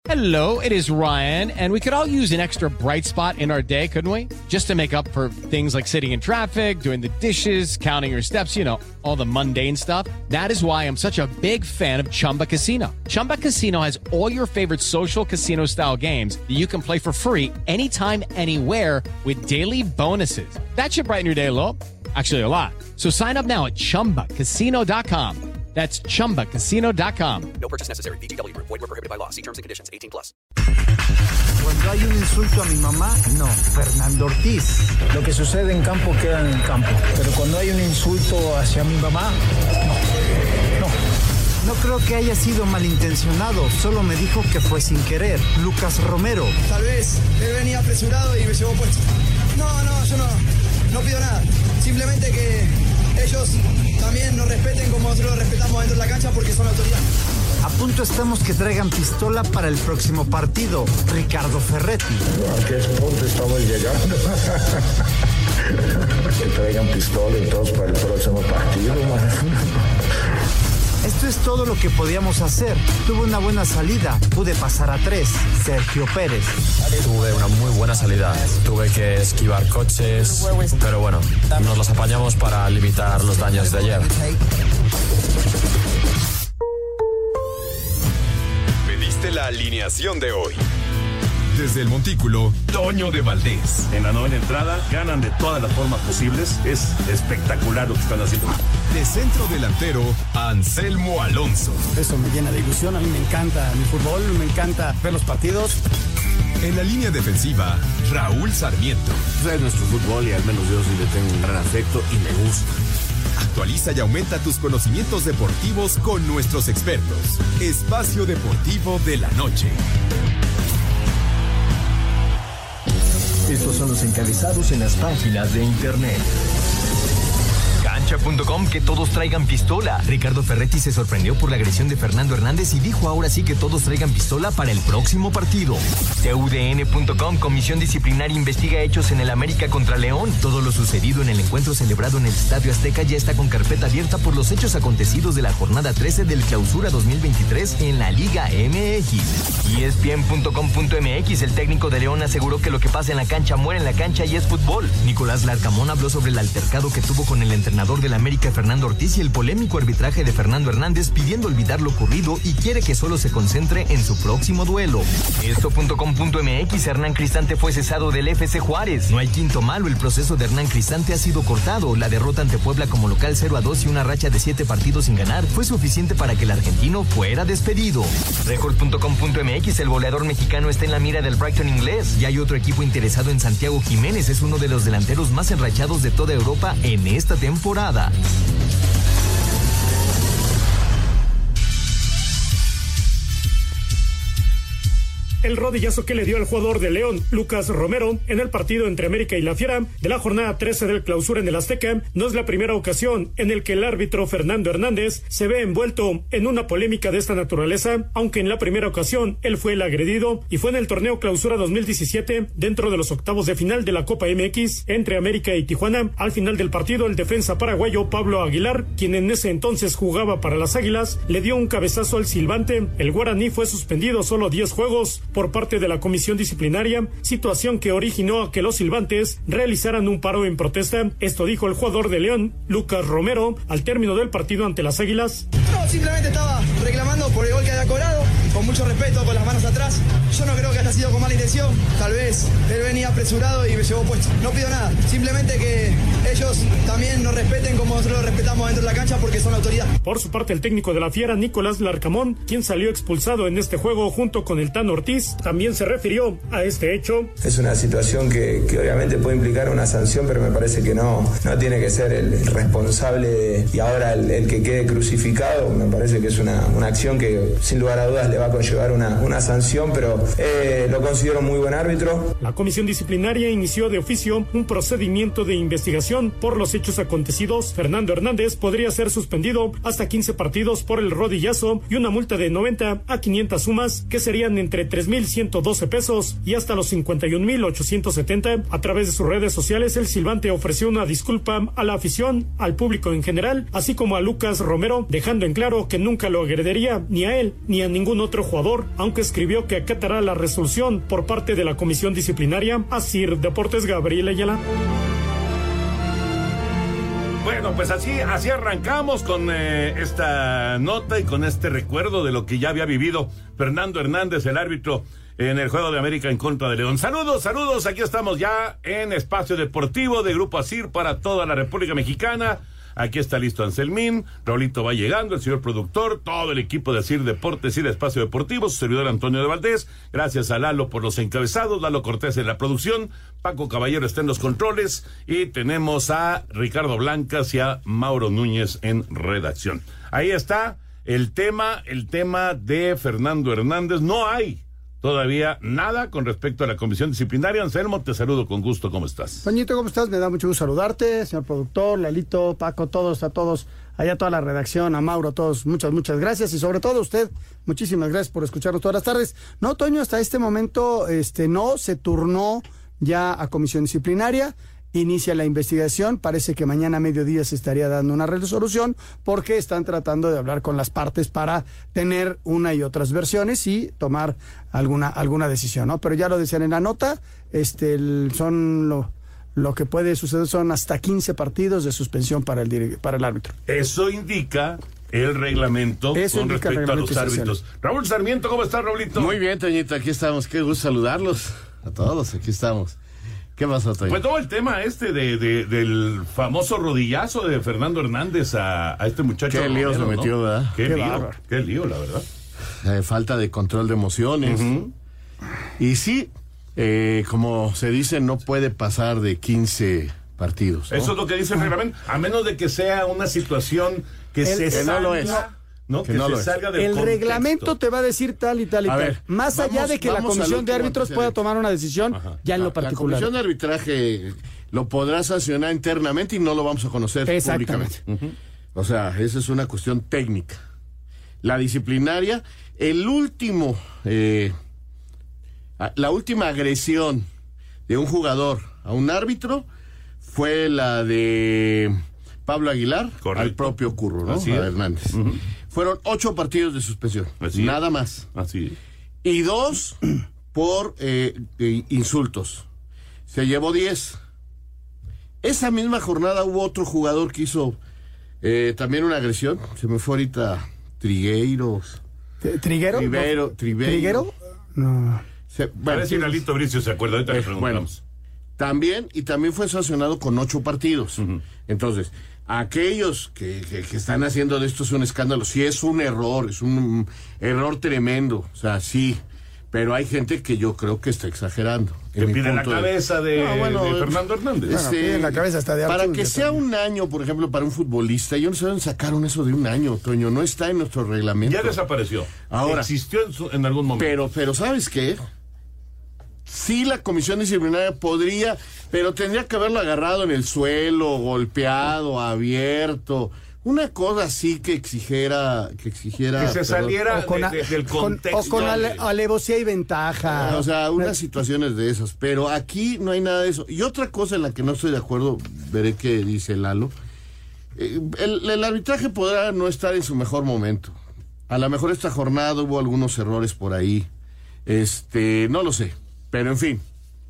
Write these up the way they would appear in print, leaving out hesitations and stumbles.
Hello, it is Ryan, and we could all use an extra bright spot in our day, couldn't we? Just to make up for things like sitting in traffic, doing the dishes, counting your steps, you know, all the mundane stuff. That is why I'm such a big fan of Chumba Casino. Chumba Casino has all your favorite social casino-style games that you can play for free anytime, anywhere with daily bonuses. That should brighten your day a little. Actually, a lot. So sign up now at ChumbaCasino.com. That's ChumbaCasino.com. No purchase necessary. VGW Group. Void where prohibited by law. See terms and conditions. 18+. Cuando hay un insulto a mi mamá, no. Fernando Ortiz. Lo que sucede en campo queda en el campo. Pero cuando hay un insulto hacia mi mamá, no. No creo que haya sido malintencionado. Solo me dijo que fue sin querer. Lucas Romero. Tal vez él venía apresurado y me llevó puesto. No, yo no pido nada. Simplemente que ellos también nos respeten como nosotros los respetamos dentro de la cancha porque son autoridad. A punto estamos que traigan pistola para el próximo partido. Ricardo Ferretti. ¿A qué punto estamos llegando? Que traigan pistola y todos para el próximo partido, man. Esto es todo lo que podíamos hacer. Tuve una buena salida. Pude pasar a 3. Sergio Pérez. Tuve una muy buena salida. Tuve que esquivar coches, pero bueno, nos los apañamos para limitar los daños de ayer. Pediste la alineación de hoy. Desde el Montículo, Toño de Valdés. En la novena entrada, ganan de todas las formas posibles. Es espectacular lo que están haciendo. De centro delantero, Anselmo Alonso. Eso me llena de ilusión. A mí me encanta mi fútbol, me encanta ver los partidos. En la línea defensiva, Raúl Sarmiento. Es nuestro fútbol y al menos yo sí le tengo un gran afecto y me gusta. Actualiza y aumenta tus conocimientos deportivos con nuestros expertos. Espacio Deportivo de la Noche. Estos son los encabezados en las páginas de internet. Cancha.com, que todos traigan pistola. Ricardo Ferretti se sorprendió por la agresión de Fernando Hernández y dijo ahora sí que todos traigan pistola para el próximo partido. TUDN.com, comisión disciplinaria investiga hechos en el América contra León. Todo lo sucedido en el encuentro celebrado en el Estadio Azteca ya está con carpeta abierta por los hechos acontecidos de la jornada 13 del Clausura 2023 en la Liga MX. ESPN.com.mx, el técnico de León aseguró que lo que pasa en la cancha muere en la cancha y es fútbol. Nicolás Larcamón habló sobre el altercado que tuvo con el entrenador del América, Fernando Ortiz, y el polémico arbitraje de Fernando Hernández, pidiendo olvidar lo ocurrido y quiere que solo se concentre en su próximo duelo. Esto.com.mx, Hernán Cristante fue cesado del FC Juárez. No hay quinto malo, el proceso de Hernán Cristante ha sido cortado. La derrota ante Puebla como local 0-2 y una racha de 7 partidos sin ganar fue suficiente para que el argentino fuera despedido. Record.com.mx, el goleador mexicano está en la mira del Brighton inglés. Ya hay otro equipo interesado en Santiago Jiménez, es uno de los delanteros más enrachados de toda Europa en esta temporada. El rodillazo que le dio al jugador de León, Lucas Romero, en el partido entre América y La Fiera de la jornada 13 del Clausura en el Azteca, no es la primera ocasión en el que el árbitro Fernando Hernández se ve envuelto en una polémica de esta naturaleza, aunque en la primera ocasión él fue el agredido y fue en el torneo Clausura 2017 dentro de los octavos de final de la Copa MX entre América y Tijuana. Al final del partido, el defensa paraguayo Pablo Aguilar, quien en ese entonces jugaba para las Águilas, le dio un cabezazo al silbante. El guaraní fue suspendido solo 10 juegos por parte de la comisión disciplinaria, situación que originó a que los silbantes realizaran un paro en protesta. Esto dijo el jugador de León, Lucas Romero, al término del partido ante las Águilas. No, simplemente estaba reclamando por el gol que había cobrado, con mucho respeto, con las manos atrás. Yo no creo que haya sido con mala intención, tal vez él venía apresurado y me llevó puesto. No pido nada, simplemente que ellos también nos respeten como nosotros los respetamos dentro de la cancha porque son autoridad. Por su parte, el técnico de La Fiera, Nicolás Larcamón, quien salió expulsado en este juego junto con el Tano Ortiz, también se refirió a este hecho. Es una situación que obviamente puede implicar una sanción, pero me parece que no tiene que ser el responsable y ahora el que quede crucificado. Me parece que es una acción que sin lugar a dudas le va a conllevar una sanción, pero lo considero muy buen árbitro. árbitro. La comisión disciplinaria inició de oficio un procedimiento de investigación por los hechos acontecidos. Fernando Hernández podría ser suspendido hasta 15 partidos por el rodillazo y una multa de 90 a 500 sumas, que serían entre 3,112 pesos y hasta los 51,870. A través de sus redes sociales, el silbante ofreció una disculpa a la afición, al público en general, así como a Lucas Romero, dejando en claro que nunca lo agrediría ni a él ni a ningún otro jugador, aunque escribió que acatará la resolución por parte de la comisión disciplinaria. Asir Deportes, Gabriel Ayala. Bueno, pues así arrancamos con esta nota y con este recuerdo de lo que ya había vivido Fernando Hernández, el árbitro, en el Juego de América en contra de León. Saludos, aquí estamos ya en Espacio Deportivo de Grupo Asir para toda la República Mexicana. Aquí está listo Anselmín, Raulito va llegando, el señor productor, todo el equipo de Asir Deportes y de Espacio Deportivo, su servidor Antonio de Valdés, gracias a Lalo por los encabezados, Lalo Cortés en la producción, Paco Caballero está en los controles y tenemos a Ricardo Blancas y a Mauro Núñez en redacción. Ahí está el tema de Fernando Hernández. No hay todavía nada con respecto a la comisión disciplinaria. Anselmo, te saludo con gusto, ¿cómo estás? Pañito, ¿cómo estás? Me da mucho gusto saludarte, señor productor, Lalito, Paco, a todos, allá toda la redacción, a Mauro, a todos, muchas gracias, y sobre todo a usted, muchísimas gracias por escucharnos todas las tardes. No, Toño, hasta este momento, no se turnó ya a comisión disciplinaria. Inicia la investigación, parece que mañana a mediodía se estaría dando una resolución, porque están tratando de hablar con las partes para tener una y otras versiones y tomar alguna decisión, ¿no? Pero ya lo decían en la nota, lo que puede suceder son hasta 15 partidos de suspensión para el árbitro. Eso indica el reglamento con respecto a los árbitros. Raúl Sarmiento, ¿cómo estás, Raulito? Muy bien, Toñito, aquí estamos, qué gusto saludarlos a todos, aquí estamos. ¿Qué pasó, Toño? Pues todo el tema del famoso rodillazo de Fernando Hernández a este muchacho. Qué lío se metió, ¿no? ¿Verdad? Qué lío, la verdad. Falta de control de emociones. Uh-huh. Y sí, como se dice, no puede pasar de 15 partidos, ¿no? Eso es lo que dice el reglamento, a menos de que sea una situación que no lo es. ¿No? Que no se salga del contexto. Reglamento te va a decir tal y tal y tal. Más allá de que la comisión de árbitros pueda tomar una decisión, ya en lo particular. La comisión de arbitraje lo podrá sancionar internamente y no lo vamos a conocer públicamente. Uh-huh. O sea, esa es una cuestión técnica. La disciplinaria, la última agresión de un jugador a un árbitro fue la de Pablo Aguilar. Correcto. Al propio Curro, ¿no? A Hernández. Uh-huh. Fueron 8 partidos de suspensión, nada más. Así es. Y 2 por insultos. Se llevó 10. Esa misma jornada hubo otro jugador que hizo también una agresión. Se me fue ahorita ¿Trigueiro? ¿Triguero? No. Parece que Lalito Bricio se acuerda, ahorita le preguntamos. También fue sancionado con 8 partidos. Uh-huh. Entonces, aquellos que están haciendo de esto es un escándalo, sí es un error tremendo, o sea, sí, pero hay gente que yo creo que está exagerando. Que pide la cabeza de Fernando Hernández. La cabeza está de para que sea un año, por ejemplo, para un futbolista, yo no sé dónde sacaron eso de un año, Toño, no está en nuestro reglamento. Ya desapareció. Ahora, existió en algún momento. Pero ¿sabes qué? Sí, la comisión disciplinaria podría, pero tendría que haberlo agarrado en el suelo, golpeado, abierto, una cosa así que exigiera que se saliera del contexto. O con alevosía y ventaja. O sea, unas situaciones de esas, pero aquí no hay nada de eso. Y otra cosa en la que no estoy de acuerdo, veré qué dice Lalo, el arbitraje podrá no estar en su mejor momento. A lo mejor esta jornada hubo algunos errores por ahí, no lo sé. Pero en fin,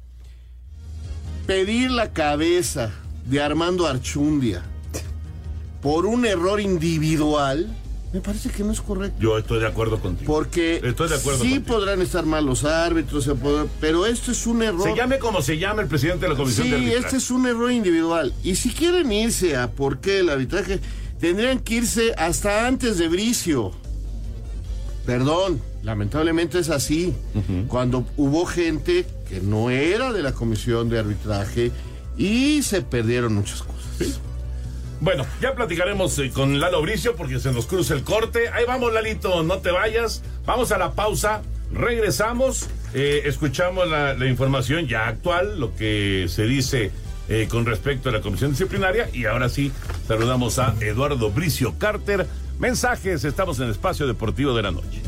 pedir la cabeza de Armando Archundia por un error individual, me parece que no es correcto. Yo estoy de acuerdo contigo. Porque podrán estar mal los árbitros, pero esto es un error. Se llame como se llame el presidente de la comisión de arbitraje. Sí, este es un error individual. Y si quieren irse a por qué el arbitraje, tendrían que irse hasta antes de Bricio. Perdón, lamentablemente es así. Uh-huh. Cuando hubo gente que no era de la comisión de arbitraje y se perdieron muchas cosas. ¿Sí? Bueno, ya platicaremos con Lalo Bricio porque se nos cruza el corte. Ahí vamos, Lalito, no te vayas. Vamos a la pausa regresamos, escuchamos la información ya actual, lo que se dice con respecto a la comisión disciplinaria, y ahora sí, saludamos a Eduardo Bricio Carter. Mensajes, estamos en el Espacio Deportivo de la Noche.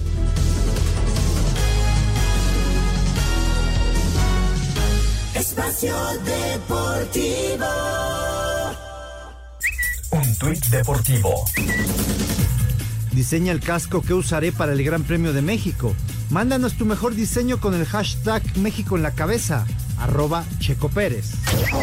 Espacio Deportivo. Un tuit deportivo. Diseña el casco que usaré para el Gran Premio de México. Mándanos tu mejor diseño con el hashtag México en la cabeza, @Checo Pérez.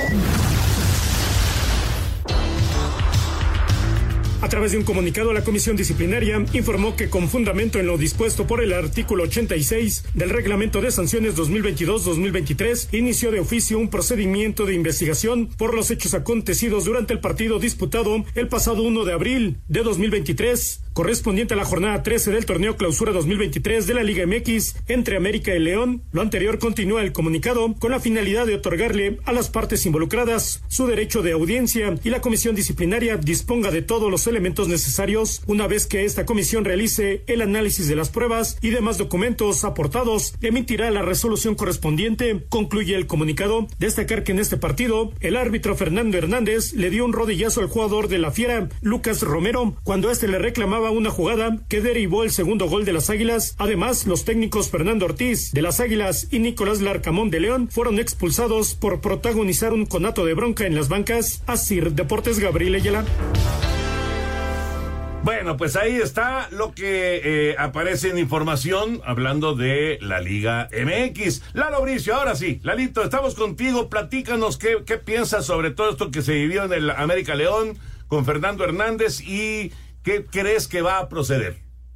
A través de un comunicado, la comisión disciplinaria informó que con fundamento en lo dispuesto por el artículo 86 del Reglamento de Sanciones 2022-2023, inició de oficio un procedimiento de investigación por los hechos acontecidos durante el partido disputado el pasado 1 de abril de 2023, correspondiente a la jornada 13 del torneo Clausura 2023 de la Liga MX entre América y León. Lo anterior, continúa el comunicado, con la finalidad de otorgarle a las partes involucradas su derecho de audiencia y la comisión disciplinaria disponga de todos los elementos necesarios. Una vez que esta comisión realice el análisis de las pruebas y demás documentos aportados, emitirá la resolución correspondiente. Concluye el comunicado. Destacar que en este partido, el árbitro Fernando Hernández le dio un rodillazo al jugador de la Fiera, Lucas Romero, cuando este le reclamaba una jugada que derivó el segundo gol de las Águilas. Además, los técnicos Fernando Ortiz de las Águilas y Nicolás Larcamón de León fueron expulsados por protagonizar un conato de bronca en las bancas. Asir Deportes, Gabriel Ayala. Bueno, pues ahí está lo que aparece en información hablando de la Liga MX. Lalo Bricio, ahora sí, Lalito, estamos contigo, platícanos qué piensas sobre todo esto que se vivió en el América León con Fernando Hernández y qué crees que va a proceder.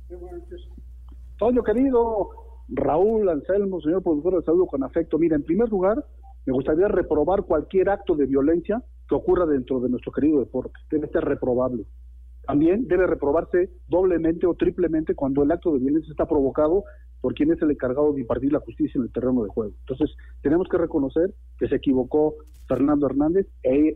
Toño querido, Raúl, Anselmo, señor productor, les saludo con afecto. Mira, en primer lugar, me gustaría reprobar cualquier acto de violencia que ocurra dentro de nuestro querido deporte. Debe ser reprobable. También debe reprobarse doblemente o triplemente cuando el acto de violencia está provocado por quien es el encargado de impartir la justicia en el terreno de juego. Entonces, tenemos que reconocer que se equivocó Fernando Hernández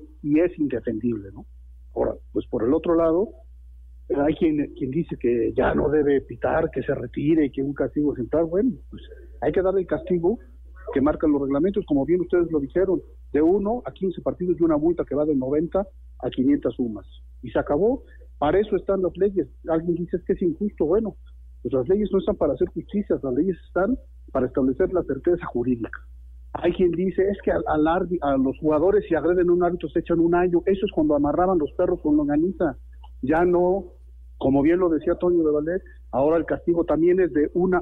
y es indefendible, ¿no? Ahora, pues por el otro lado, hay quien dice que ya no debe pitar, que se retire, que un castigo ejemplar. Bueno, pues hay que darle el castigo que marcan los reglamentos, como bien ustedes lo dijeron, de 1 a 15 partidos y una multa que va de 90 a 500 sumas. Y se acabó. Para eso están las leyes. Alguien dice que es injusto. Bueno, pues las leyes no están para hacer justicia, las leyes están para establecer la certeza jurídica. Hay quien dice, es que a los jugadores si agreden a un árbitro se echan 1 año. Eso es cuando amarraban los perros con longaniza. Ya no, como bien lo decía Toño de Valdés, ahora el castigo también es de 1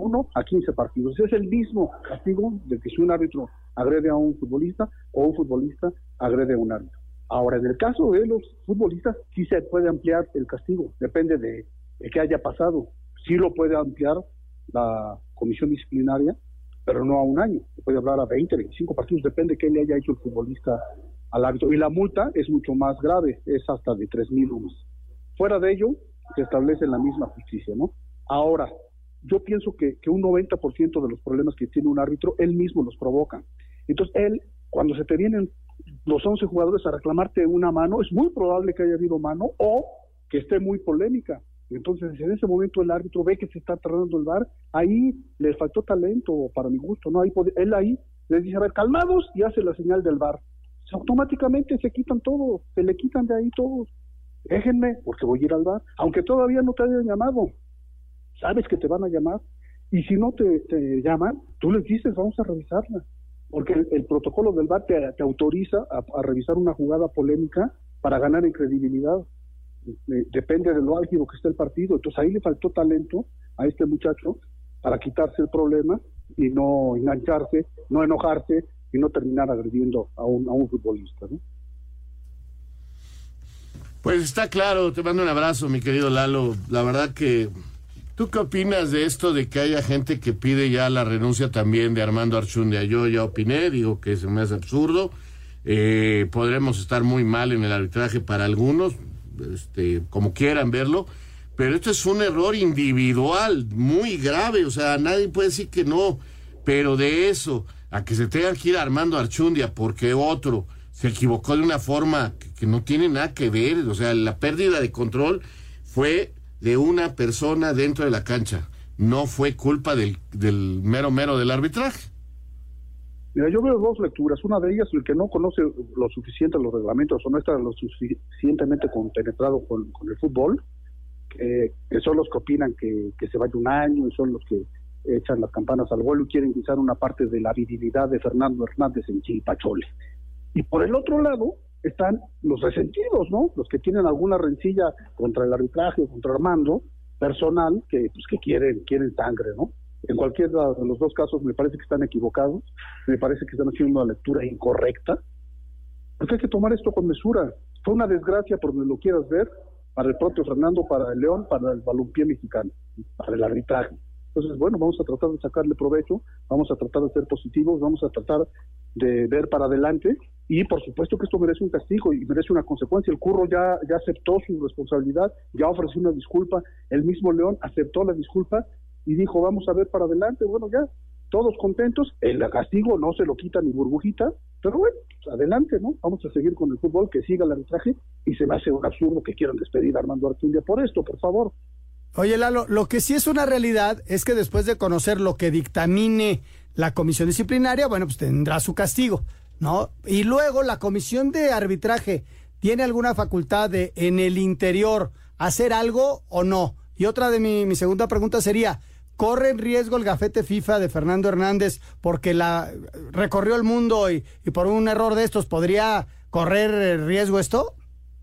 a 15 partidos. Es el mismo castigo de que si un árbitro agrede a un futbolista o un futbolista agrede a un árbitro. Ahora, en el caso de los futbolistas, sí se puede ampliar el castigo, depende de qué haya pasado. Sí lo puede ampliar la comisión disciplinaria, pero no a 1 año. Se puede hablar a 20, 25 partidos, depende de qué le haya hecho el futbolista al árbitro. Y la multa es mucho más grave, es hasta de 3,000 UMAS. Fuera de ello, se establece la misma justicia, ¿no? Ahora, yo pienso que un 90% de los problemas que tiene un árbitro, él mismo los provoca. Entonces, él, cuando se te vienen los 11 jugadores a reclamarte una mano, es muy probable que haya habido mano o que esté muy polémica. Entonces, en ese momento el árbitro ve que se está tardando el VAR, ahí le faltó talento, para mi gusto, ¿no? Él ahí les dice, a ver, calmados, y hace la señal del VAR. Automáticamente se quitan todos, se le quitan de ahí todos. Déjenme, porque voy a ir al VAR, aunque todavía no te hayan llamado. Sabes que te van a llamar, y si no te llaman, tú les dices, vamos a revisarla. Porque el protocolo del VAR te autoriza a revisar una jugada polémica para ganar en credibilidad. Depende de lo álgido que esté el partido. Entonces ahí le faltó talento a este muchacho para quitarse el problema y no engancharse, no enojarse y no terminar agrediendo a un futbolista, ¿no? Pues está claro, te mando un abrazo, mi querido Lalo. La verdad que... ¿Tú qué opinas de esto de que haya gente que pide ya la renuncia también de Armando Archundia? Yo ya opiné, digo que se me hace absurdo. Podremos estar muy mal en el arbitraje para algunos, como quieran verlo, pero esto es un error individual muy grave, o sea, nadie puede decir que no, pero de eso a que se tenga que ir Armando Archundia porque otro se equivocó de una forma que no tiene nada que ver, o sea, la pérdida de control fue de una persona dentro de la cancha, no fue culpa del mero del arbitraje. Mira, yo veo dos lecturas. Una de ellas, el que no conoce lo suficiente los reglamentos o no está lo suficientemente compenetrado con el fútbol, que son los que opinan que se vaya un año y son los que echan las campanas al vuelo y quieren quizás una parte de la virilidad de Fernando Hernández en Chilpachole. Y por el otro lado están los resentidos, ¿no? Los que tienen alguna rencilla contra el arbitraje, contra Armando, personal, que quieren sangre, ¿no? En cualquiera de los dos casos me parece que están equivocados, me parece que están haciendo una lectura incorrecta, porque hay que tomar esto con mesura. Fue una desgracia, por donde lo quieras ver, para el propio Fernando, para el León, para el balompié mexicano, para el arbitraje. Entonces, bueno, vamos a tratar de sacarle provecho, vamos a tratar de ser positivos, vamos a tratar de ver para adelante, y por supuesto que esto merece un castigo y merece una consecuencia. El Curro ya aceptó su responsabilidad, ya ofreció una disculpa, el mismo León aceptó la disculpa y dijo, vamos a ver para adelante. Bueno, ya, todos contentos, el castigo no se lo quita ni burbujita, pero bueno, pues adelante, ¿no? Vamos a seguir con el fútbol, que siga el arbitraje, y se me hace un absurdo que quieran despedir a Armando Arquindia por esto, por favor. Oye, Lalo, lo que sí es una realidad es que después de conocer lo que dictamine la comisión disciplinaria, bueno, pues tendrá su castigo, ¿no? Y luego la comisión de arbitraje, ¿tiene alguna facultad de en el interior hacer algo o no? Y otra de mi segunda pregunta sería, ¿corre en riesgo el gafete FIFA de Fernando Hernández porque recorrió el mundo y por un error de estos podría correr riesgo esto?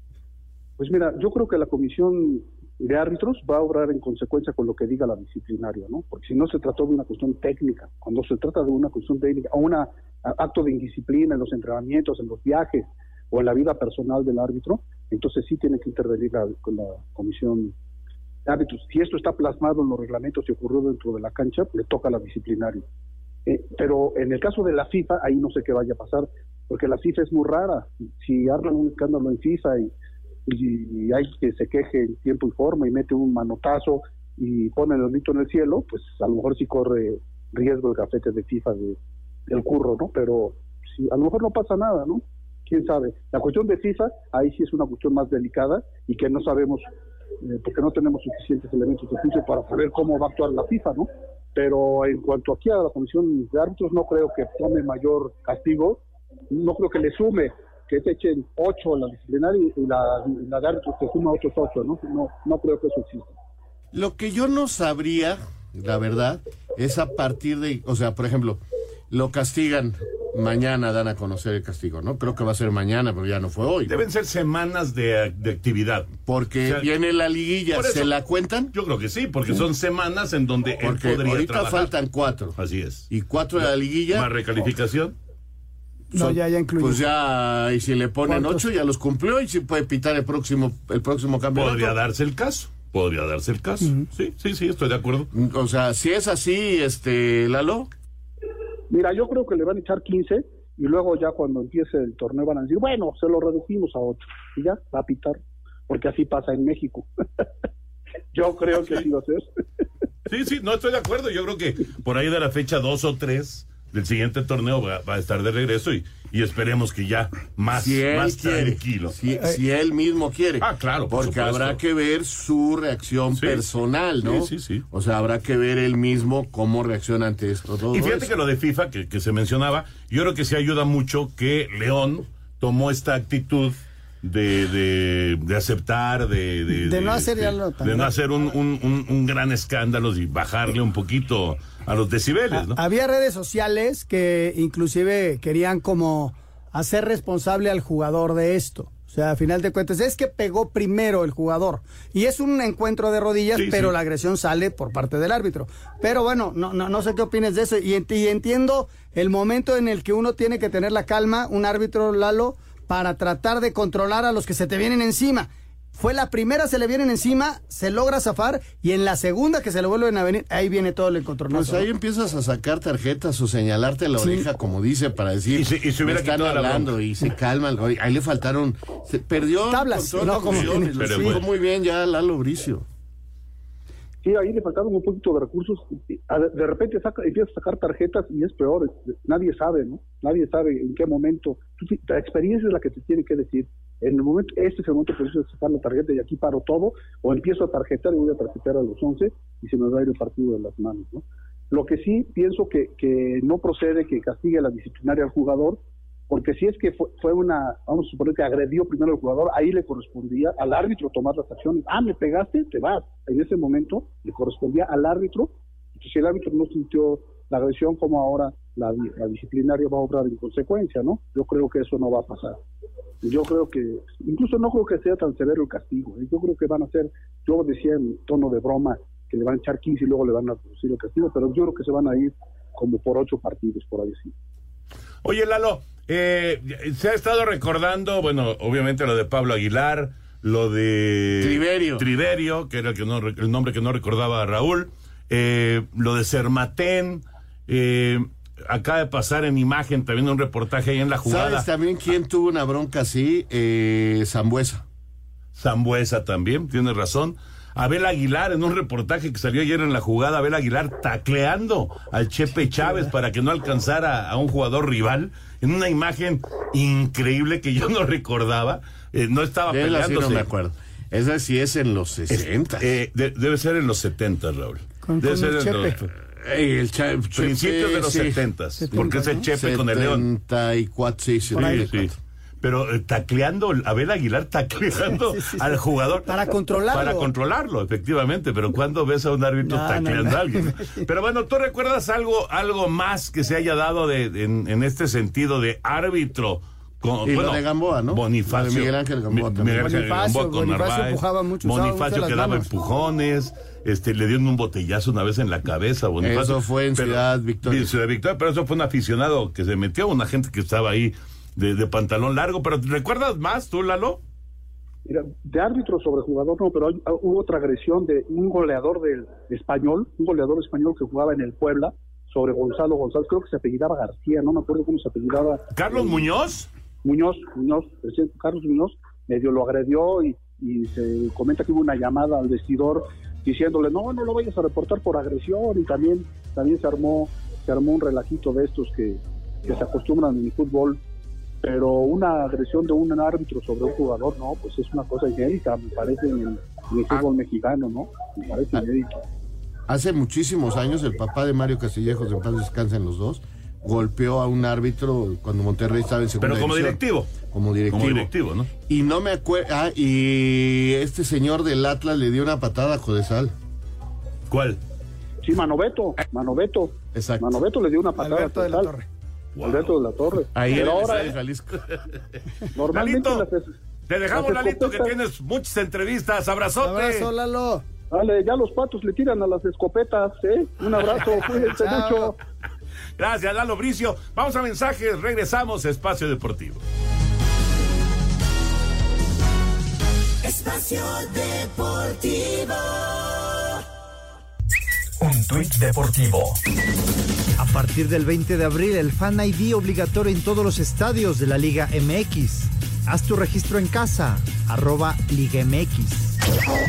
Pues mira, yo creo que la comisión de árbitros va a obrar en consecuencia con lo que diga la disciplinaria, ¿no? Porque si no se trató de una cuestión técnica, cuando se trata de una cuestión técnica o un acto de indisciplina en los entrenamientos, en los viajes o en la vida personal del árbitro, entonces sí tiene que intervenir con la comisión de árbitros. Si esto está plasmado en los reglamentos y ocurrió dentro de la cancha, le toca a la disciplinaria. Pero en el caso de la FIFA, ahí no sé qué vaya a pasar, porque la FIFA es muy rara. Si arman un escándalo en FIFA y hay que se queje en tiempo y forma y mete un manotazo y pone el grito en el cielo, pues a lo mejor sí corre riesgo el gafete de FIFA del Curro, ¿no? Pero sí, a lo mejor no pasa nada, ¿no? ¿Quién sabe? La cuestión de FIFA, ahí sí es una cuestión más delicada y que no sabemos, porque no tenemos suficientes elementos de juicio para saber cómo va a actuar la FIFA, ¿no? Pero en cuanto aquí a la comisión de árbitros, no creo que tome mayor castigo, no creo que le sume, que se echen 8 a la disciplinaria y la de árbitros que suma otros 8, ¿no? No creo que eso exista. Lo que yo no sabría, la verdad, es a partir de, o sea, por ejemplo, lo castigan, mañana dan a conocer el castigo, ¿no? Creo que va a ser mañana, pero ya no fue hoy, ¿no? Deben ser semanas de actividad. Porque viene la liguilla, ¿se la cuentan? Yo creo que sí, porque son semanas en donde él podría ahorita trabajar. Faltan 4. Así es. Y 4 de la liguilla. ¿Más recalificación? No, ya incluye. Pues ya, y si le ponen 8, ya los cumplió y si puede pitar el próximo campeonato. Podría darse el caso. Uh-huh. Sí, estoy de acuerdo. O sea, si es así, Lalo. Mira, yo creo que le van a echar 15 y luego ya cuando empiece el torneo van a decir, bueno, se lo redujimos a 8 y ya va a pitar, porque así pasa en México. Yo creo que así va a ser. Sí, no estoy de acuerdo. Yo creo que por ahí de la fecha 2 o 3 del siguiente torneo va a estar de regreso y esperemos que ya más tranquilo. Si él mismo quiere. Claro, porque habrá que ver su reacción personal, ¿no? Sí. O sea, habrá que ver él mismo cómo reacciona ante esto. Y fíjate que lo de FIFA, que se mencionaba, yo creo que sí ayuda mucho que León tomó esta actitud de aceptar, de no hacer un gran escándalo y bajarle un poquito a los decibeles, ¿no? Había redes sociales que inclusive querían como hacer responsable al jugador de esto. O sea, a final de cuentas, es que pegó primero el jugador. Y es un encuentro de rodillas, pero la agresión sale por parte del árbitro. Pero bueno, no sé qué opines de eso. Y entiendo el momento en el que uno tiene que tener la calma, un árbitro, Lalo, para tratar de controlar a los que se te vienen encima. Fue la primera, se le vienen encima, se logra zafar, y en la segunda que se le vuelven a venir, ahí viene todo el encontronazo. Pues ahí empiezas a sacar tarjetas o señalarte la oreja, como dice, para decir, y se hubiera están hablando y se calma. Ahí le faltaron, perdió tablas, fue muy bien ya Lalo Bricio. Sí, ahí le faltaron un poquito de recursos. De repente empieza a sacar tarjetas y es peor. Nadie sabe, ¿no? Nadie sabe en qué momento. La experiencia es la que te tiene que decir. En el momento, este es el momento preciso de sacar la tarjeta y aquí paro todo, o empiezo a tarjetar y voy a tarjetar a los 11 y se me va a ir el partido de las manos, ¿no? Lo que sí pienso que no procede que castigue la disciplinaria al jugador, porque si es que fue vamos a suponer que agredió primero al jugador, ahí le correspondía al árbitro tomar las acciones. Me pegaste, te vas. En ese momento le correspondía al árbitro, y si el árbitro no sintió la agresión, como ahora la disciplinaria va a obrar en consecuencia, ¿no? Yo creo que eso no va a pasar. Yo creo que, incluso no creo que sea tan severo el castigo, ¿eh? Yo creo que van a ser, yo decía en tono de broma, que le van a echar 15 y luego le van a reducir el castigo, pero yo creo que se van a ir como por 8 partidos, por ahí sí. Oye, Lalo, se ha estado recordando, bueno, obviamente lo de Pablo Aguilar, lo de Triverio, que era el nombre que no recordaba Raúl, lo de Sermatén, acaba de pasar en imagen también un reportaje ahí en la jugada. ¿Sabes también quién tuvo una bronca así? Zambuesa también, tienes razón. Abel Aguilar, en un reportaje que salió ayer en la jugada, Abel Aguilar tacleando al Chepe Chávez para que no alcanzara a un jugador rival, en una imagen increíble que yo no recordaba. No estaba peleándose. No me acuerdo. Esa sí es en los 60. Debe ser en los 70, Raúl. Debe ser en los principios de los 70, porque es el Chepe con el León. 74, sí. Pero tacleando, Abel Aguilar tacleando al jugador. Para controlarlo. Para controlarlo, efectivamente. Pero ¿cuándo ves a un árbitro tacleando a alguien? Pero bueno, ¿tú recuerdas algo más que se haya dado en este sentido de árbitro? Lo de Gamboa, ¿no? Bonifacio. De Miguel Ángel Gamboa también. Bonifacio empujaba mucho. Bonifacio que daba empujones. Le dieron un botellazo una vez en la cabeza. Bonifacio. Eso fue en Ciudad Victoria. Pero eso fue un aficionado que se metió, una gente que estaba ahí de pantalón largo. Pero ¿recuerdas más tú, Lalo? Mira, de árbitro sobre jugador no, pero hubo otra agresión de un goleador español que jugaba en el Puebla sobre Gonzalo González, creo que se apellidaba García, no me acuerdo cómo se apellidaba. ¿Carlos Muñoz? Carlos Muñoz medio lo agredió y se comenta que hubo una llamada al vestidor diciéndole no lo vayas a reportar por agresión, y también se armó un relajito de estos que se acostumbran en el fútbol. Pero una agresión de un árbitro sobre un jugador, no, pues es una cosa inédita, me parece, en el fútbol mexicano, ¿no? Me parece inédito. Hace muchísimos años el papá de Mario Castillejos, en paz descansen los dos, golpeó a un árbitro cuando Monterrey estaba en segunda división. Como directivo, ¿no? Y no me acuerdo, y este señor del Atlas le dio una patada a Codesal. ¿Cuál? Sí, Manoveto. Exacto. Manoveto le dio una patada Alberto de la Torre. Wow. Alberto de la Torre. Ahí pero ahora en Jalisco. Normalmente te dejamos, Lalito, que tienes muchas entrevistas. Abrazote. Abrazo, Lalo. Dale, ya los patos le tiran a las escopetas, ¿eh? Un abrazo, cuídense mucho. Gracias, Lalo Bricio. Vamos a mensajes, regresamos a Espacio Deportivo. Espacio Deportivo. Un tuit deportivo. A partir del 20 de abril, el Fan ID obligatorio en todos los estadios de la Liga MX. Haz tu registro en casa, @Liga MX.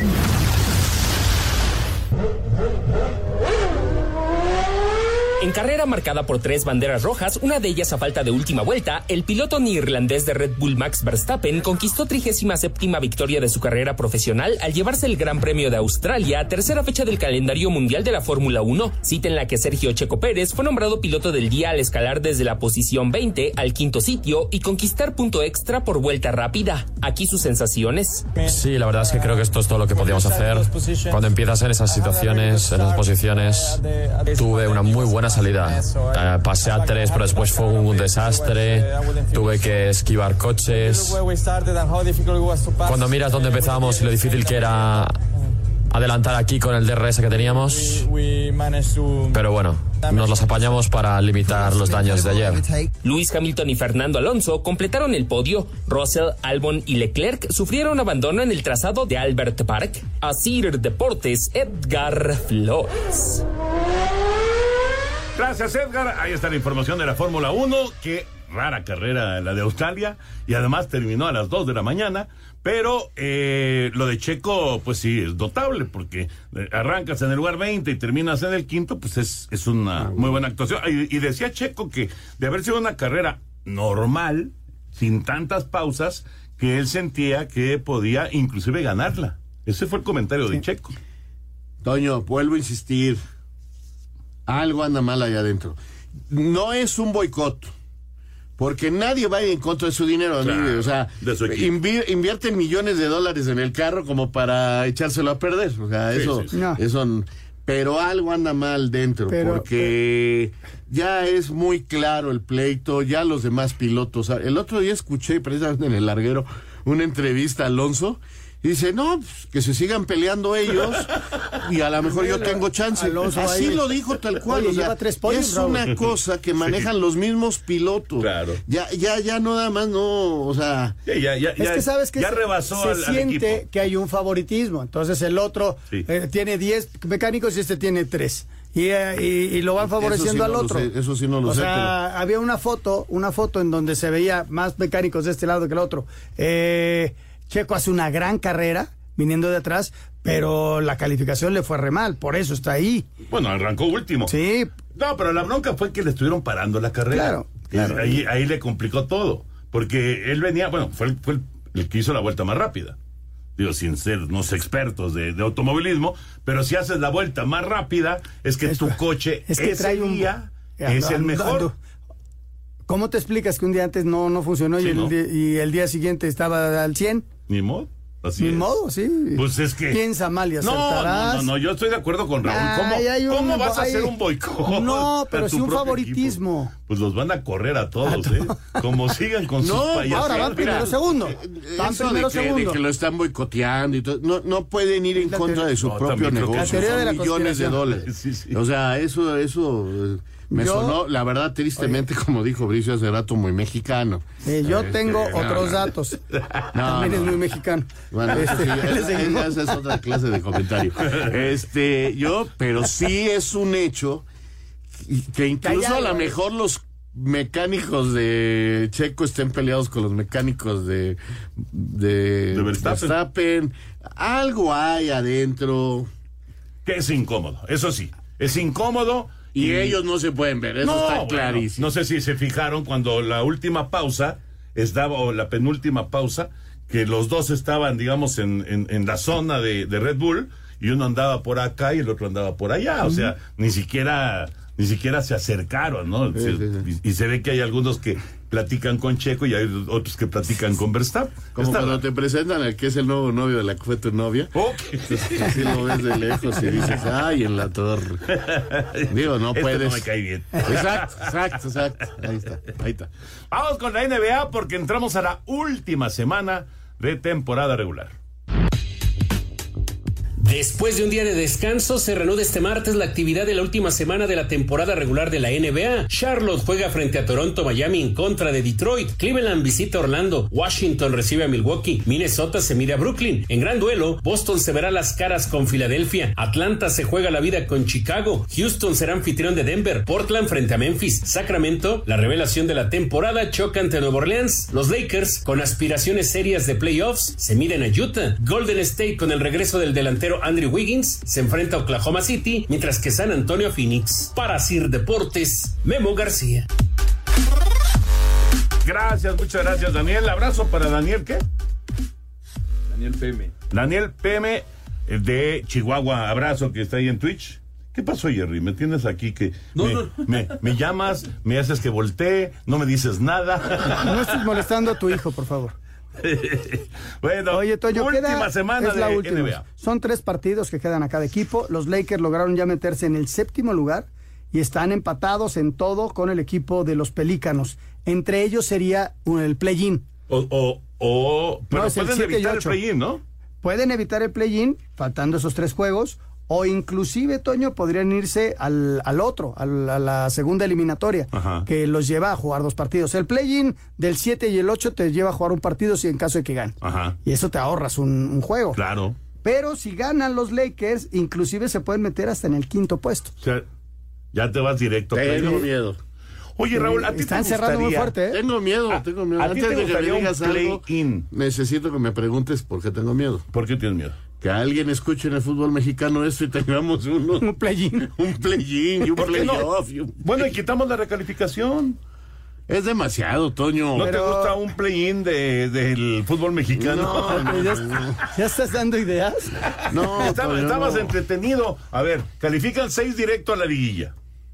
En carrera marcada por 3 banderas rojas, una de ellas a falta de última vuelta, el piloto neerlandés de Red Bull Max Verstappen conquistó 37ª victoria de su carrera profesional al llevarse el Gran Premio de Australia, tercera fecha del calendario mundial de la Fórmula 1, cita en la que Sergio Checo Pérez fue nombrado piloto del día al escalar desde la posición 20 al 5º sitio y conquistar punto extra por vuelta rápida. Aquí sus sensaciones. Sí, la verdad es que creo que esto es todo lo que podíamos hacer. Cuando empiezas en esas situaciones, en esas posiciones, tuve una muy buena salida. Pasé a 3, pero después fue un desastre. Tuve que esquivar coches. Cuando miras dónde empezamos y lo difícil que era adelantar aquí con el DRS que teníamos, pero bueno, nos las apañamos para limitar los daños de ayer. Lewis Hamilton y Fernando Alonso completaron el podio. Russell, Albon y Leclerc sufrieron abandono en el trazado de Albert Park. Asir Deportes, Edgar Flores. Gracias, Edgar. Ahí está la información de la Fórmula 1. Qué rara carrera la de Australia. Y además terminó a las 2 de la mañana. Pero lo de Checo, pues sí, es notable. Porque arrancas en el lugar 20 y terminas en el 5º, pues es una muy buena actuación. Y decía Checo que de haber sido una carrera normal, sin tantas pausas, que él sentía que podía inclusive ganarla. Ese fue el comentario de Checo. Toño, vuelvo a insistir. Algo anda mal allá adentro. No es un boicot, porque nadie va en contra de su dinero. Claro, o sea, invierten millones de dólares en el carro como para echárselo a perder. O sea, eso. Pero algo anda mal dentro, porque ya es muy claro el pleito, ya los demás pilotos. El otro día escuché precisamente en el larguero una entrevista a Alonso. Y dice, no, pues, que se sigan peleando ellos y a lo mejor yo tengo chance. Alonso, así lo dijo tal cual. Oye, lleva 3 podios, es una cosa que manejan los mismos pilotos. Claro. Ya no nada más, no, o sea. Es que sabes que ya rebasó se siente que hay un favoritismo. Entonces el otro tiene 10 mecánicos y este tiene 3. Y lo van favoreciendo al otro. Eso sí no lo sé. O sea, había una foto en donde se veía más mecánicos de este lado que el otro. Checo hace una gran carrera viniendo de atrás, pero la calificación le fue re mal, por eso está ahí. Bueno, arrancó último. Sí. No, pero la bronca fue que le estuvieron parando la carrera. Claro. Ahí le complicó todo, porque él venía, bueno, fue el que hizo la vuelta más rápida. Digo, sin ser unos expertos de automovilismo, pero si haces la vuelta más rápida, es que tu coche ese día es el mejor. ¿Cómo te explicas que un día antes no funcionó y el día siguiente estaba al 100? Ni modo. Ni modo, sí. Pues es que... Piensa mal y acertarás. No, yo estoy de acuerdo con Raúl. ¿Cómo vas a hacer un boicot? No, pero sí un favoritismo. Equipo? Pues los van a correr a todos, Como sigan con sus payasos. Ahora van primero segundo. Van primero segundo. De que lo están boicoteando y todo. No pueden ir en contra de su propio negocio. Son millones de dólares. Sí. O sea, eso me sonó, la verdad, tristemente, como dijo Bricio hace rato, muy mexicano. Yo tengo otros datos. También es muy mexicano. Bueno, esa es otra clase de comentario. Pero sí es un hecho que incluso a lo mejor los mecánicos de Checo estén peleados con los mecánicos de Verstappen. Algo hay adentro. Que es incómodo, eso sí. Es incómodo. Y ellos no se pueden ver, eso está clarísimo. No sé si se fijaron cuando la última pausa o la penúltima pausa, que los dos estaban, digamos, en la zona de Red Bull, y uno andaba por acá y el otro andaba por allá. O sea, ni siquiera se acercaron, ¿no? Sí. Y se ve que hay algunos que platican con Checo y hay otros que platican con Verstappen. Como cuando te presentan al que es el nuevo novio de la que fue tu novia. Así lo ves de lejos y dices, ¡ay, en la torre! Digo, no puedes. No me cae bien. Exacto. Ahí está. Vamos con la NBA porque entramos a la última semana de temporada regular. Después de un día de descanso, se reanuda este martes la actividad de la última semana de la temporada regular de la NBA. Charlotte juega frente a Toronto, Miami en contra de Detroit. Cleveland visita Orlando. Washington recibe a Milwaukee. Minnesota se mide a Brooklyn. En gran duelo, Boston se verá las caras con Filadelfia. Atlanta se juega la vida con Chicago. Houston será anfitrión de Denver. Portland frente a Memphis. Sacramento, la revelación de la temporada, choca ante Nueva Orleans. Los Lakers, con aspiraciones serias de playoffs, se miden a Utah. Golden State, con el regreso del delantero Andrew Wiggins, se enfrenta a Oklahoma City, mientras que San Antonio Phoenix. Para Sir Deportes, Memo García. Gracias, muchas gracias, Daniel. Abrazo para Daniel, ¿qué? Daniel PM de Chihuahua. Abrazo, que está ahí en Twitch. ¿Qué pasó, Jerry? ¿Me tienes aquí que me llamas, me haces que voltee, no me dices nada? No estés molestando a tu hijo, por favor. Bueno, oye, Toño, última semana de NBA. Son 3 partidos que quedan a cada equipo. Los Lakers lograron ya meterse en el 7º lugar y están empatados en todo con el equipo de los Pelícanos. Entre ellos sería el play-in. Pero pueden evitar el play-in, ¿no? Pueden evitar el play-in, faltando esos 3 juegos. O inclusive, Toño, podrían irse al otro, a la segunda eliminatoria, que los lleva a jugar 2 partidos. El play-in del 7 y el 8 te lleva a jugar un partido si en caso de que gane. Y eso te ahorras un juego. Claro. Pero si ganan los Lakers, inclusive se pueden meter hasta en el 5º puesto. O sea, ya te vas directo. Tengo miedo. Oye, Raúl, ¿a ti están te cerrando muy fuerte, ¿eh? Tengo miedo. ¿A Antes ti te de que me digas algo, necesito que me preguntes por qué tengo miedo. ¿Por qué tienes miedo? Que alguien escuche en el fútbol mexicano esto y tengamos un play-in. Un play-in y un playoff. Bueno, y quitamos la recalificación. Es demasiado, Toño. ¿No te gusta un play-in del fútbol mexicano? No, ¿ya estás dando ideas? No, estabas entretenido. A ver, califican 6 directo a la liguilla.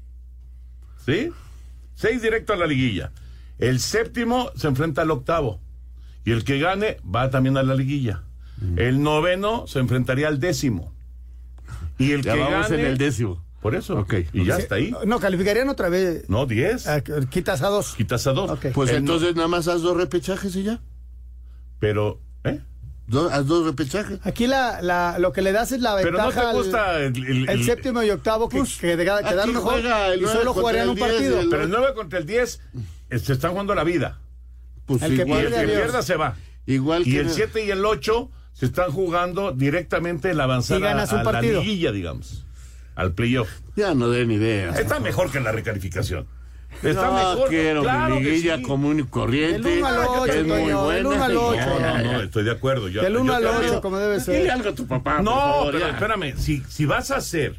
¿Sí? 6 directo a la liguilla. El séptimo se enfrenta al octavo. Y el que gane va también a la liguilla. El noveno se enfrentaría al 10º. Y el ya que vamos gane... en el 10º. Por eso. Okay. Y ya está ahí. No, calificarían otra vez. No, 10. Quitas a 2. Quitas a 2. Okay. Pues entonces nada más haz 2 repechajes y ya. Pero, haz 2 repechajes. Aquí lo que le das es la ventaja. Pero no te gusta el séptimo y octavo que quedaron mejor y solo jugarían un partido. Pero el 9 contra el 10 se están jugando la vida. Pues el que pierda se va. Igual y que el 7 y el 8 se están jugando directamente la avanzada a la liguilla, digamos. Al playoff. Ya no den idea. Está mejor que la recalificación. Está no, mejor. Quiero claro mi liguilla sí. común y corriente. Del 1 al 8, es muy buena. Del 1 al 8. No, estoy de acuerdo. Del 1 al 8, como debe ser. Dile algo a tu papá. No, por favor, pero ya. espérame. Si vas a hacer,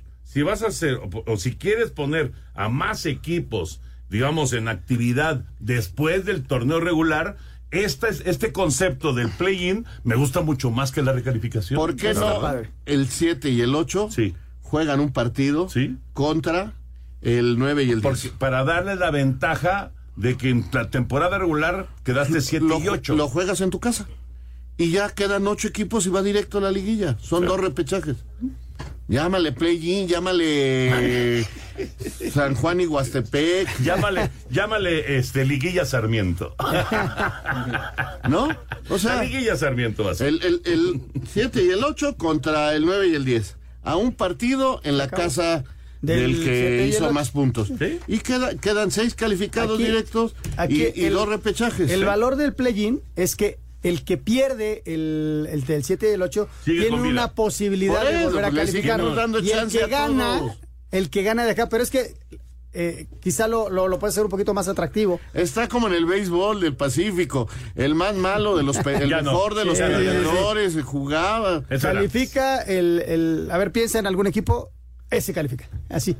o si quieres poner a más equipos, digamos, en actividad después del torneo regular, este concepto del play-in me gusta mucho más que la recalificación. ¿Por qué no? El 7 y el 8 juegan un partido contra el 9 y el 10. Para darle la ventaja de que en la temporada regular quedaste 7 y 8. Lo juegas en tu casa. Y ya quedan 8 equipos y va directo a la liguilla. Son 2 repechajes. Llámale play-in, llámale San Juan y Huastepec. Llámale Liguilla Sarmiento. ¿No? O sea, la Liguilla Sarmiento va a ser. El 7 y el 8 contra el 9 y el 10. A un partido en la casa del que hizo más puntos. ¿Sí? Y quedan 6 calificados directos y 2 repechajes. El valor del play-in es que el que pierde el del 7 y el 8 tiene una posibilidad de volver a calificar. Y el que gana de acá, pero es que quizá lo puede hacer un poquito más atractivo. Está como en el béisbol del Pacífico, el más malo de los el mejor de los perdedores jugaba. Califica a ver, piensa en algún equipo, ese califica, así.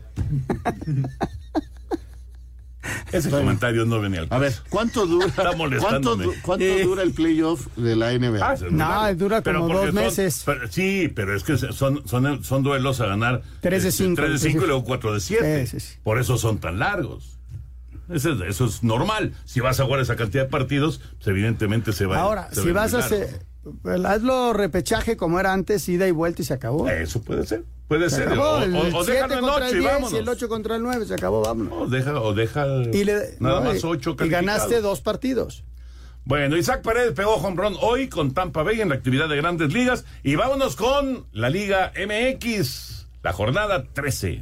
Ese comentario no venía al caso. A ver, ¿cuánto dura? Está molestándome. ¿Cuánto dura el playoff de la NBA? Dura como 2 meses. Pero es que son duelos a ganar 3 de 5. 3 de 5 y luego 4 de 7. Sí. Por eso son tan largos. Eso es normal. Si vas a jugar esa cantidad de partidos, pues evidentemente se va. Ahora, si vas a hacer, hazlo repechaje como era antes, ida y vuelta y se acabó. Eso puede ser. Puede ser. Acabó, o déjalo en 8 y vámonos. Y el 8 contra el 9 se acabó, vámonos. O deja nada más 8 calificados. Y ganaste 2 partidos. Bueno, Isaac Paredes pegó home run hoy con Tampa Bay en la actividad de Grandes Ligas. Y vámonos con la Liga MX, la jornada 13.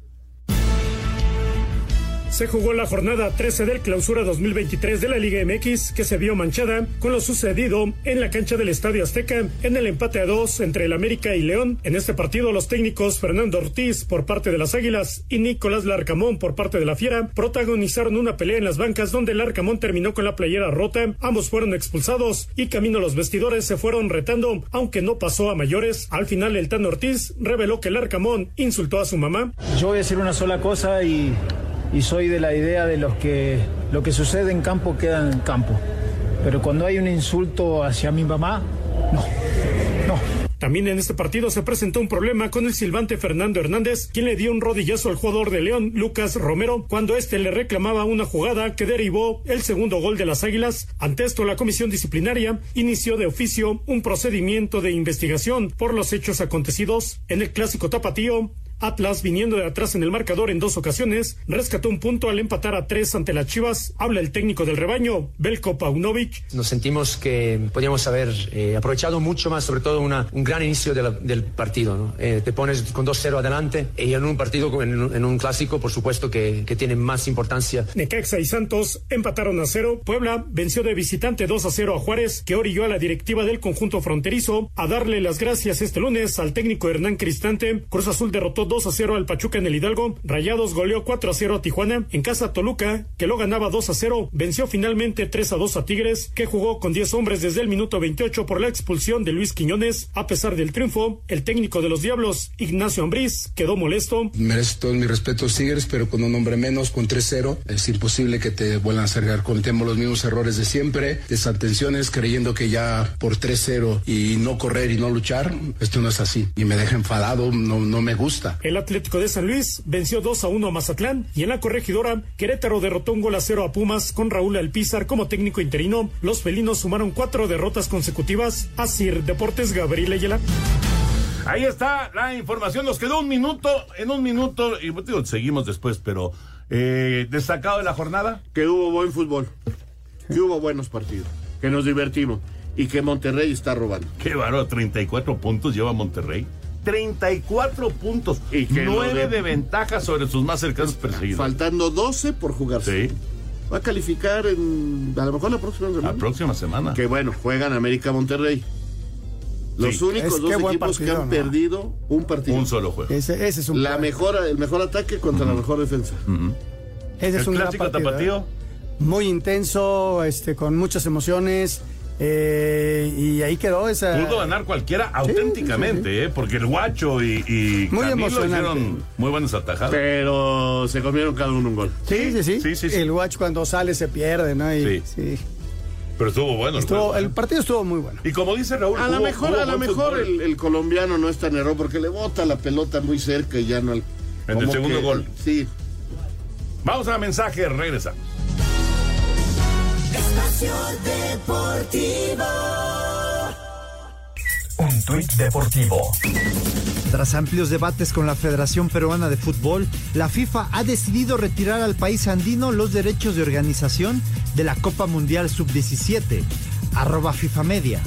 Se jugó la jornada 13 del Clausura 2023 de la Liga MX, que se vio manchada con lo sucedido en la cancha del Estadio Azteca en el empate a 2 entre el América y León. En este partido, los técnicos Fernando Ortiz por parte de las Águilas y Nicolás Larcamón por parte de la Fiera protagonizaron una pelea en las bancas donde Larcamón terminó con la playera rota. Ambos fueron expulsados y camino a los vestidores se fueron retando, aunque no pasó a mayores. Al final, el Tano Ortiz reveló que Larcamón insultó a su mamá. Yo voy a decir una sola cosa y soy de la idea de lo que sucede en campo queda en campo. Pero cuando hay un insulto hacia mi mamá, no. También en este partido se presentó un problema con el silbante Fernando Hernández, quien le dio un rodillazo al jugador de León, Lucas Romero, cuando éste le reclamaba una jugada que derivó el segundo gol de las Águilas. Ante esto, la comisión disciplinaria inició de oficio un procedimiento de investigación por los hechos acontecidos. En el clásico tapatío, Atlas, viniendo de atrás en el marcador en 2 ocasiones, rescató un punto al empatar a 3 ante las Chivas. Habla el técnico del rebaño, Belko Paunovic. Nos sentimos que podíamos haber aprovechado mucho más, sobre todo un gran inicio del partido, ¿no? Te pones con 2-0 adelante y en un partido, en un clásico, por supuesto que tiene más importancia. Necaxa y Santos empataron a 0. Puebla venció de visitante 2-0 a Juárez, que orilló a la directiva del conjunto fronterizo a darle las gracias este lunes al técnico Hernán Cristante. Cruz Azul derrotó derrotó 2-0 al Pachuca en el Hidalgo. Rayados goleó 4-0 a Tijuana. En casa Toluca, que lo ganaba 2-0, venció finalmente 3-2 a Tigres, que jugó con 10 hombres desde el minuto 28 por la expulsión de Luis Quiñones. A pesar del triunfo, el técnico de los Diablos, Ignacio Ambriz, quedó molesto. Merece todo mi respeto, Tigres, pero con un hombre menos, con 3-0, es imposible que te vuelvan a acercar. Cometemos los mismos errores de siempre, desatenciones, creyendo que ya por 3-0 y no correr y no luchar, esto no es así. Y me deja enfadado, no me gusta. El Atlético de San Luis venció 2-1 a Mazatlán, y en la Corregidora, Querétaro derrotó 1-0 a Pumas con Raúl Alpizar como técnico interino. Los felinos sumaron 4 derrotas consecutivas. Asir Deportes, Gabriel Ayala. Ahí está la información, nos quedó un minuto, y digo, seguimos después, pero destacado de la jornada. Que hubo buen fútbol, que hubo buenos partidos, que nos divertimos y que Monterrey está robando. Qué bárbaro, 34 puntos lleva Monterrey. 34 puntos, y que 9 de ventaja sobre sus más cercanos perseguidos. Faltando 12 por jugarse. Sí. Va a calificar a lo mejor la próxima semana. La próxima semana. Que bueno, juegan América-Monterrey. Los únicos dos equipos que han perdido un partido. Un solo juego. Ese es un el mejor ataque contra la mejor defensa. Ese es un clásico tapatío. Muy intenso, con muchas emociones. Y ahí quedó esa. Pudo ganar cualquiera auténticamente, sí. Porque el Guacho y muy Camilo emocionante. Hicieron muy buenas atajadas. Pero se comieron cada uno un gol. Sí. El Guacho cuando sale se pierde, ¿no? Sí. Pero estuvo bueno. El partido estuvo muy bueno. Y como dice Raúl, a lo mejor el colombiano no es tan error porque le bota la pelota muy cerca y ya no. En el segundo gol. Sí. Vamos a mensaje, regresamos. Espacio Deportivo. Un tuit deportivo. Tras amplios debates con la Federación Peruana de Fútbol, la FIFA ha decidido retirar al país andino los derechos de organización de la Copa Mundial Sub-17. @FIFAmedia.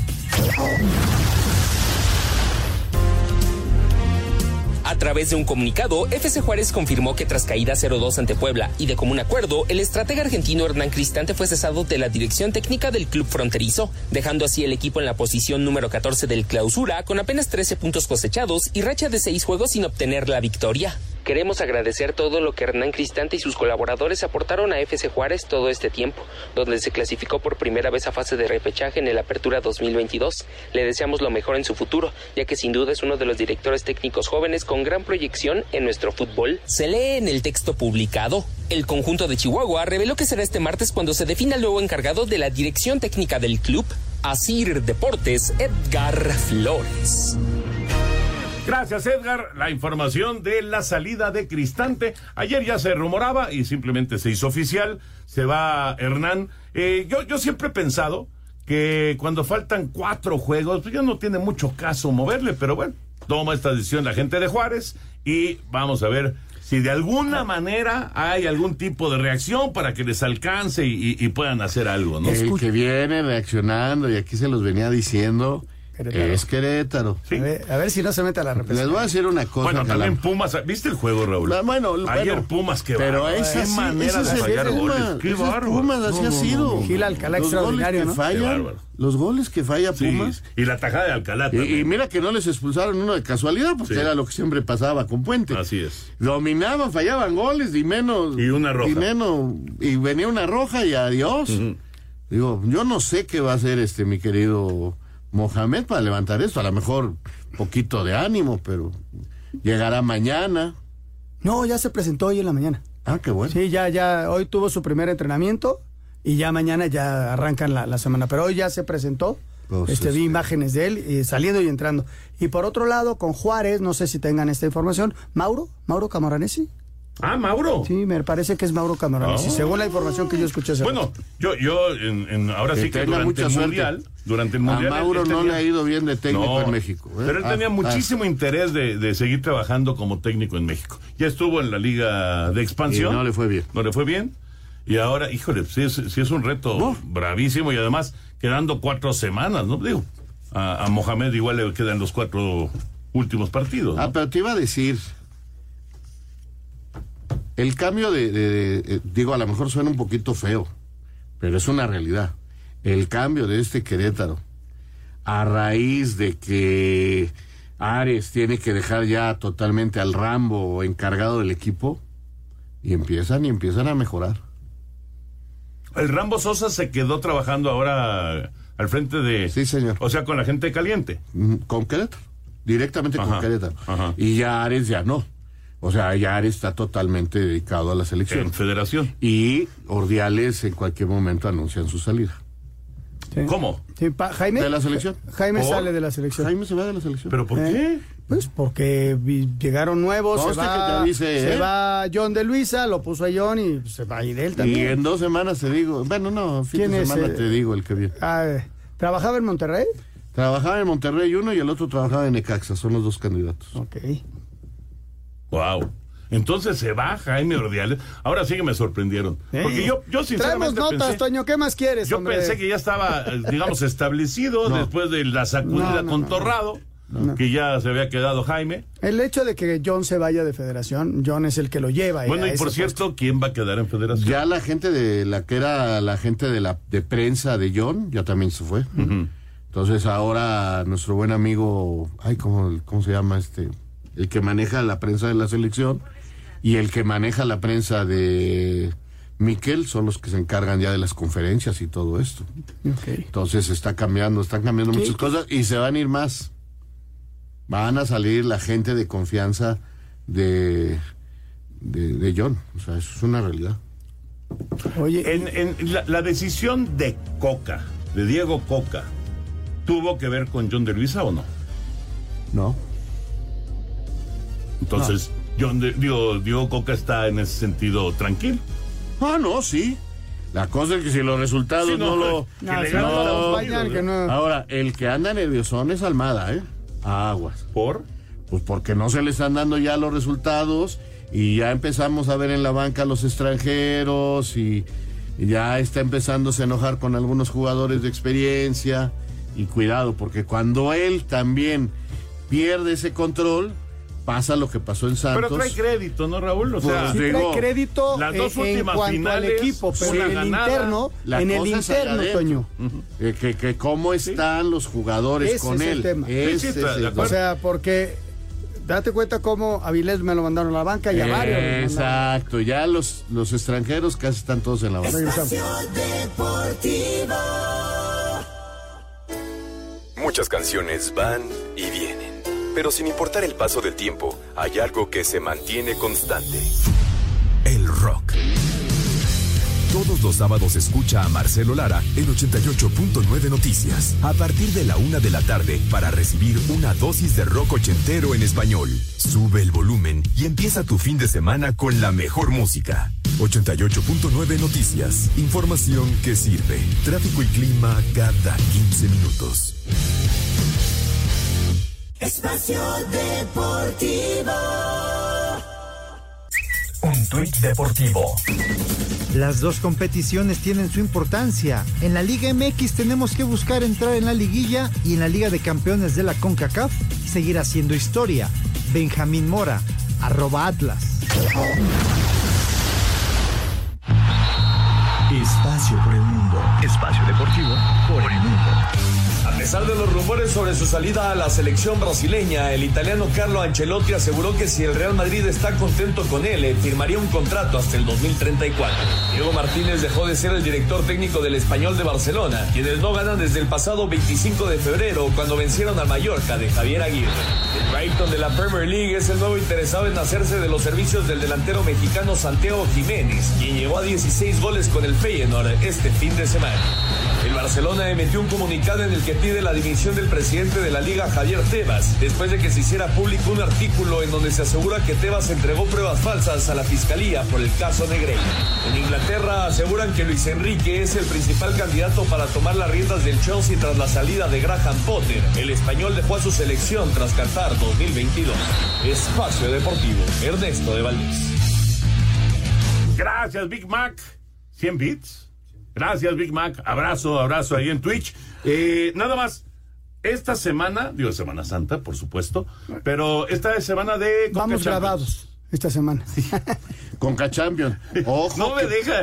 A través de un comunicado, FC Juárez confirmó que tras caída 0-2 ante Puebla y de común acuerdo, el estratega argentino Hernán Cristante fue cesado de la dirección técnica del club fronterizo, dejando así el equipo en la posición número 14 del Clausura con apenas 13 puntos cosechados y racha de 6 juegos sin obtener la victoria. Queremos agradecer todo lo que Hernán Cristante y sus colaboradores aportaron a FC Juárez todo este tiempo, donde se clasificó por primera vez a fase de repechaje en el Apertura 2022. Le deseamos lo mejor en su futuro, ya que sin duda es uno de los directores técnicos jóvenes con gran proyección en nuestro fútbol. Se lee en el texto publicado. El conjunto de Chihuahua reveló que será este martes cuando se defina el nuevo encargado de la dirección técnica del club. Asir Deportes, Edgar Flores. Gracias, Edgar. La información de la salida de Cristante. Ayer ya se rumoraba y simplemente se hizo oficial. Se va Hernán. Yo siempre he pensado que cuando faltan 4 juegos, pues ya no tiene mucho caso moverle, pero bueno, toma esta decisión la gente de Juárez y vamos a ver si de alguna manera hay algún tipo de reacción para que les alcance y puedan hacer algo, ¿no? El que viene reaccionando, y aquí se los venía diciendo... Es Querétaro. Sí. A ver si no se mete a la represión. Les voy a decir una cosa. Bueno, también Pumas. ¿Viste el juego, Raúl? Ayer Pumas, qué manera de fallar goles. Qué bárbaro. Pumas así ha sido. Gil Alcalá extraordinario, ¿no? Los goles que falla Pumas. Sí, y la tajada de Alcalá y mira que no les expulsaron uno de casualidad, porque era lo que siempre pasaba con Puente. Así es. Dominaban, fallaban goles y menos. Y una roja. Y venía una roja y adiós. Digo, yo no sé qué va a hacer mi querido Mohamed para levantar esto. A lo mejor poquito de ánimo, pero llegará mañana. No, ya se presentó hoy en la mañana. Ah, qué bueno. Sí, ya hoy tuvo su primer entrenamiento y ya mañana ya arrancan la semana, pero hoy ya se presentó. Vi imágenes de él saliendo y entrando. Y por otro lado, con Juárez, no sé si tengan esta información, Mauro Camoranesi. Ah, Mauro. Sí, me parece que es Mauro Camoranesi, según la información que yo escuché. Bueno, yo ahora sí que durante el Mundial... A Mauro no le ha ido bien de técnico en México. Pero él tenía muchísimo interés de seguir trabajando como técnico en México. Ya estuvo en la Liga de Expansión. Y no le fue bien. Y ahora, híjole, sí es un reto bravísimo y además quedando 4 semanas, ¿no? Digo, a Mohamed igual le quedan los 4 últimos partidos, ¿no? Pero te iba a decir... El cambio digo, a lo mejor suena un poquito feo, pero es una realidad. El cambio de Querétaro, a raíz de que Ares tiene que dejar ya totalmente al Rambo encargado del equipo y empiezan a mejorar. El Rambo Sosa se quedó trabajando ahora al frente de... Sí, señor. O sea, con la gente caliente. Con Querétaro, directamente con Querétaro. Y ya Ares ya no. O sea, ya Ares está totalmente dedicado a la selección. En Federación. Y Ordiales en cualquier momento anuncian su salida. Sí. ¿Cómo? Sí, Jaime. ¿De la selección? Jaime sale de la selección. Jaime se va de la selección. ¿Pero por qué? Pues porque llegaron nuevos, se va John de Luisa, lo puso a John y se va a ir él también. Y en 2 semanas te digo, fin de semana te digo el que viene. ¿Trabajaba en Monterrey? Trabajaba en Monterrey uno y el otro trabajaba en Necaxa, son los 2 candidatos. Ok. Wow. Entonces se va Jaime Ordiales. Ahora sí que me sorprendieron. Porque yo sinceramente traemos notas, pensé, Toño, ¿qué más quieres, Yo hombre? pensé que ya estaba, digamos, establecido después de la sacudida con Torrado, que ya se había quedado Jaime. El hecho de que John se vaya de Federación, John es el que lo lleva. Bueno, y por cierto, ¿quién va a quedar en Federación? Ya la gente de la que era la gente de prensa de John, ya también se fue. Entonces ahora nuestro buen amigo, ¿cómo se llama el que maneja la prensa de la selección y el que maneja la prensa de Miquel son los que se encargan ya de las conferencias y todo esto. Entonces están cambiando muchas cosas y se van a ir más. Van a salir la gente de confianza de John. O sea, eso es una realidad. Oye, en la decisión de Coca, de Diego Coca, ¿tuvo que ver con John de Luisa o no? No. Entonces, Diego Coca está en ese sentido tranquilo. No, sí. La cosa es que si los resultados Ahora, el que anda nerviosón es Almada, Aguas. ¿Por? Pues porque no se le están dando ya los resultados y ya empezamos a ver en la banca a los extranjeros y ya está empezándose a enojar con algunos jugadores de experiencia. Y cuidado, porque cuando él también pierde ese control, pasa lo que pasó en Santos. Pero trae crédito, ¿no, Raúl? O sea, trae crédito las 2 últimas cuanto finales, al equipo, pero en el interno, Toño. Que cómo están los jugadores ese con es él. El tema. O sea, porque date cuenta cómo Avilés me lo mandaron a la banca y a varios. Exacto, ya los extranjeros casi están todos en la banca. Muchas canciones van y vienen, pero sin importar el paso del tiempo, hay algo que se mantiene constante: el rock. Todos los sábados escucha a Marcelo Lara en 88.9 Noticias, a partir de la 1 de la tarde, para recibir una dosis de rock ochentero en español. Sube el volumen y empieza tu fin de semana con la mejor música. 88.9 Noticias, información que sirve. Tráfico y clima cada 15 minutos. Espacio Deportivo. Un tuit deportivo. Las 2 competiciones tienen su importancia. En la Liga MX tenemos que buscar entrar en la liguilla y en la Liga de Campeones de la CONCACAF seguir haciendo historia. Benjamín Mora, @Atlas. Espacio por el mundo. Espacio deportivo por el mundo. A pesar de los rumores sobre su salida a la selección brasileña, el italiano Carlo Ancelotti aseguró que si el Real Madrid está contento con él, firmaría un contrato hasta el 2034. Diego Martínez dejó de ser el director técnico del Español de Barcelona, quienes no ganan desde el pasado 25 de febrero, cuando vencieron al Mallorca de Javier Aguirre. El Brighton de la Premier League es el nuevo interesado en hacerse de los servicios del delantero mexicano Santiago Jiménez, quien llegó a 16 goles con el Feyenoord este fin de semana. El Barcelona emitió un comunicado en el que pide la dimisión del presidente de la Liga, Javier Tebas, después de que se hiciera público un artículo en donde se asegura que Tebas entregó pruebas falsas a la fiscalía por el caso Negreira. En Inglaterra aseguran que Luis Enrique es el principal candidato para tomar las riendas del Chelsea tras la salida de Graham Potter. El español dejó a su selección tras Qatar 2022. Espacio Deportivo, Ernesto de Valdés. Gracias, Big Mac. 100 bits. Gracias, Big Mac. Abrazo ahí en Twitch. Nada más, esta semana, Semana Santa, por supuesto, pero esta es semana de Vamos grabados. esta semana. Conca Champions. Ojo. No me deja.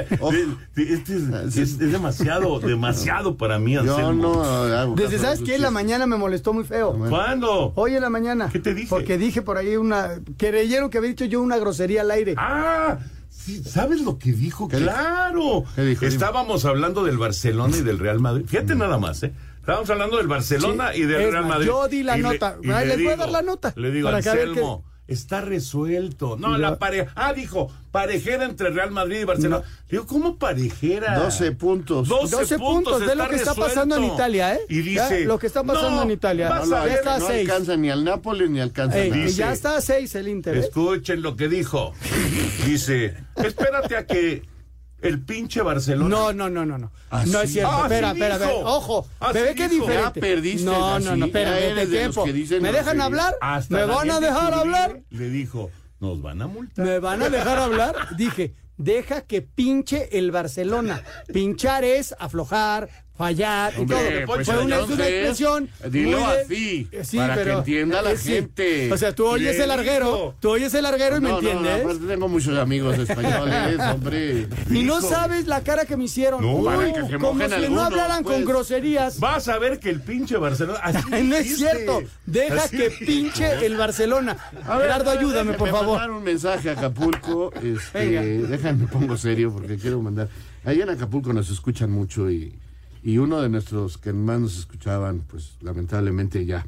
Es demasiado para mí, Anselmo. Yo no hago Desde, caso ¿sabes de qué? En la mañana me molestó muy feo. ¿Cuándo? Hoy en la mañana. ¿Qué te dije? Porque dije por ahí creyeron que había dicho yo una grosería al aire. ¡Ah! Sí, ¿sabes lo que dijo? ¿Qué ¡Claro! ¿Qué dijo? Estábamos hablando del Barcelona y del Real Madrid. Fíjate nada más, ¿eh? Estábamos hablando del Barcelona y del Real Madrid. Yo di la nota. Les voy a dar la nota. Le digo, Anselmo, está resuelto. No, la pareja. Dijo, parejera entre Real Madrid y Barcelona. Digo, ¿cómo parejera? 12 puntos. 12 puntos de lo que está pasando en Italia, ¿eh? Y dice, lo que está pasando en Italia. No está a 6. alcanza ni al Napoli ni alcanza nada. Y ya está a 6 el Inter. Escuchen lo que dijo. Dice, espérate a que el pinche Barcelona. No. No es cierto. Espera. Ojo. Bebé, qué diferente. Ya perdiste. No, espérate, tiempo. ¿Me dejan hablar? ¿Me van a dejar hablar? Le dijo, nos van a multar. ¿Me van a dejar hablar? Dije, deja que pinche el Barcelona. Pinchar es aflojar, fallar y todo. Pues Fue una expresión. Dilo así, para que entienda la gente. O sea, tú oyes el larguero y me entiendes. No, aparte tengo muchos amigos españoles, hombre. Y no sabes la cara que me hicieron. Para que se como mojen si algunos, no hablaran con groserías. Vas a ver que el pinche Barcelona. No es cierto. Deja que pinche el Barcelona. Gerardo, ayúdame, por favor. Mandar un mensaje a Acapulco. Déjame, pongo serio porque quiero mandar. Allá en Acapulco nos escuchan mucho y uno de nuestros que más nos escuchaban, pues lamentablemente ya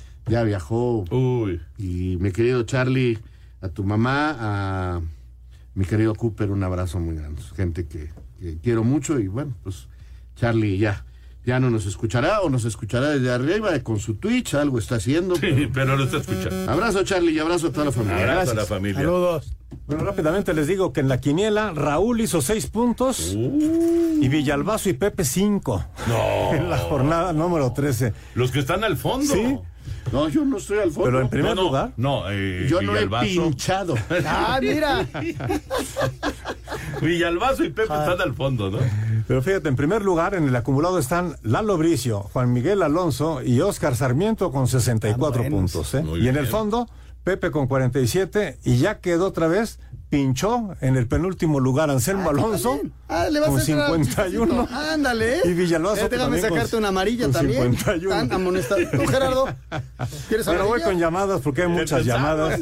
viajó. Uy. Y mi querido Charlie, a tu mamá, a mi querido Cooper, un abrazo muy grande. Gente que quiero mucho y bueno, pues Charlie ya no nos escuchará o nos escuchará desde arriba con su Twitch, algo está haciendo. Sí, pero lo está escuchando. Abrazo Charlie y abrazo a toda la familia. Abrazo a la familia. Saludos. Bueno, rápidamente les digo que en la quiniela Raúl hizo 6 puntos y Villalbazo y Pepe 5. No. En la jornada número 13. Los que están al fondo. Sí. No, yo no estoy al fondo. Pero en primer lugar. No, yo no he pinchado. Mira. Villalbazo y Pepe están al fondo, ¿no? Pero fíjate, en primer lugar, en el acumulado están Lalo Bricio, Juan Miguel Alonso y Óscar Sarmiento con 64 puntos. Y en el fondo, Pepe con 47 y ya quedó otra vez, pinchó en el penúltimo lugar Anselmo Alonso le vas con a 51. Ándale. Y Villalbazo déjame sacarte una amarilla con también. 51. Tan amonestado. ¿Tú, Gerardo? ¿Quieres Bueno, voy con llamadas porque hay muchas llamadas.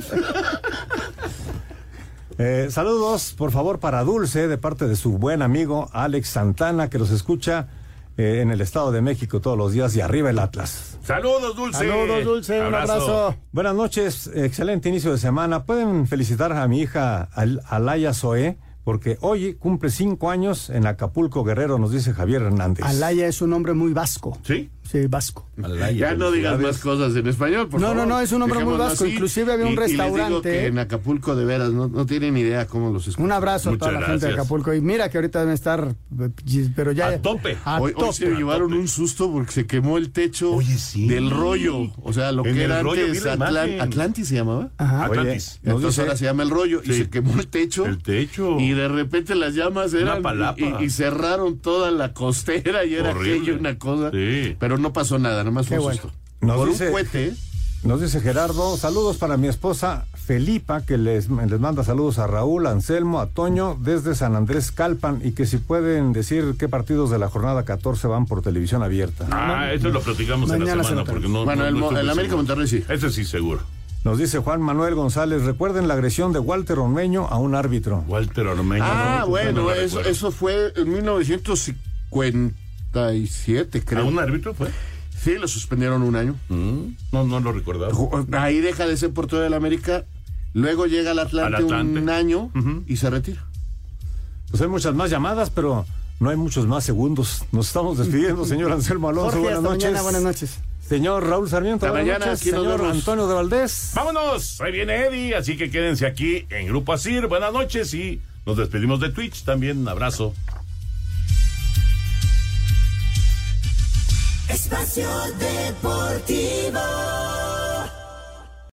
Saludos, por favor, para Dulce, de parte de su buen amigo Alex Santana, que los escucha en el Estado de México todos los días y arriba el Atlas. Saludos, Dulce. Saludos, Dulce. Un abrazo. Buenas noches, excelente inicio de semana. ¿Pueden felicitar a mi hija Alaya Zoé? Porque hoy cumple 5 años en Acapulco, Guerrero, nos dice Javier Hernández. Alaya es un nombre muy vasco. ¿Sí? Sí, vasco. Ya no digas más cosas en español, por favor. No, es un nombre muy vasco. Inclusive había un restaurante. Y les digo que en Acapulco, de veras, no tienen idea cómo los escuchan. Un abrazo a toda la gente de Acapulco. Y mira que ahorita deben estar, pero ya... A tope. Hoy se llevaron un susto porque se quemó el techo del rollo. O sea, lo que era antes Atlantis se llamaba. Ajá. Atlantis. Entonces ahora se llama el rollo. Y se quemó el techo. Y de repente las llamas eran... Y cerraron toda la costera y era aquello una cosa. Sí. Pero no pasó nada, nomás fue un susto. Por un cohete. Nos dice Gerardo, saludos para mi esposa Felipa, que les manda saludos a Raúl, a Anselmo, a Toño, desde San Andrés Calpan, y que si pueden decir qué partidos de la jornada 14 van por televisión abierta. Eso lo platicamos en la semana, porque no... Bueno, el América Monterrey sí. Eso sí, seguro. Nos dice Juan Manuel González, recuerden la agresión de Walter Ormeño a un árbitro. Walter Ormeño. Bueno, eso fue en 1957, creo. ¿A un árbitro fue? Sí, lo suspendieron un año. No lo recordaba. Ahí deja de ser portero del América, luego llega al Atlante un año y se retira. Pues hay muchas más llamadas, pero no hay muchos más segundos. Nos estamos despidiendo, señor Anselmo Alonso. Jorge, buenas noches. Mañana, buenas noches. Señor Raúl Sarmiento, buenas noches. Señor Antonio de Valdés. Vámonos, ahí viene Eddie, así que quédense aquí en Grupo Asir. Buenas noches y nos despedimos de Twitch también. Un abrazo. Espacio Deportivo.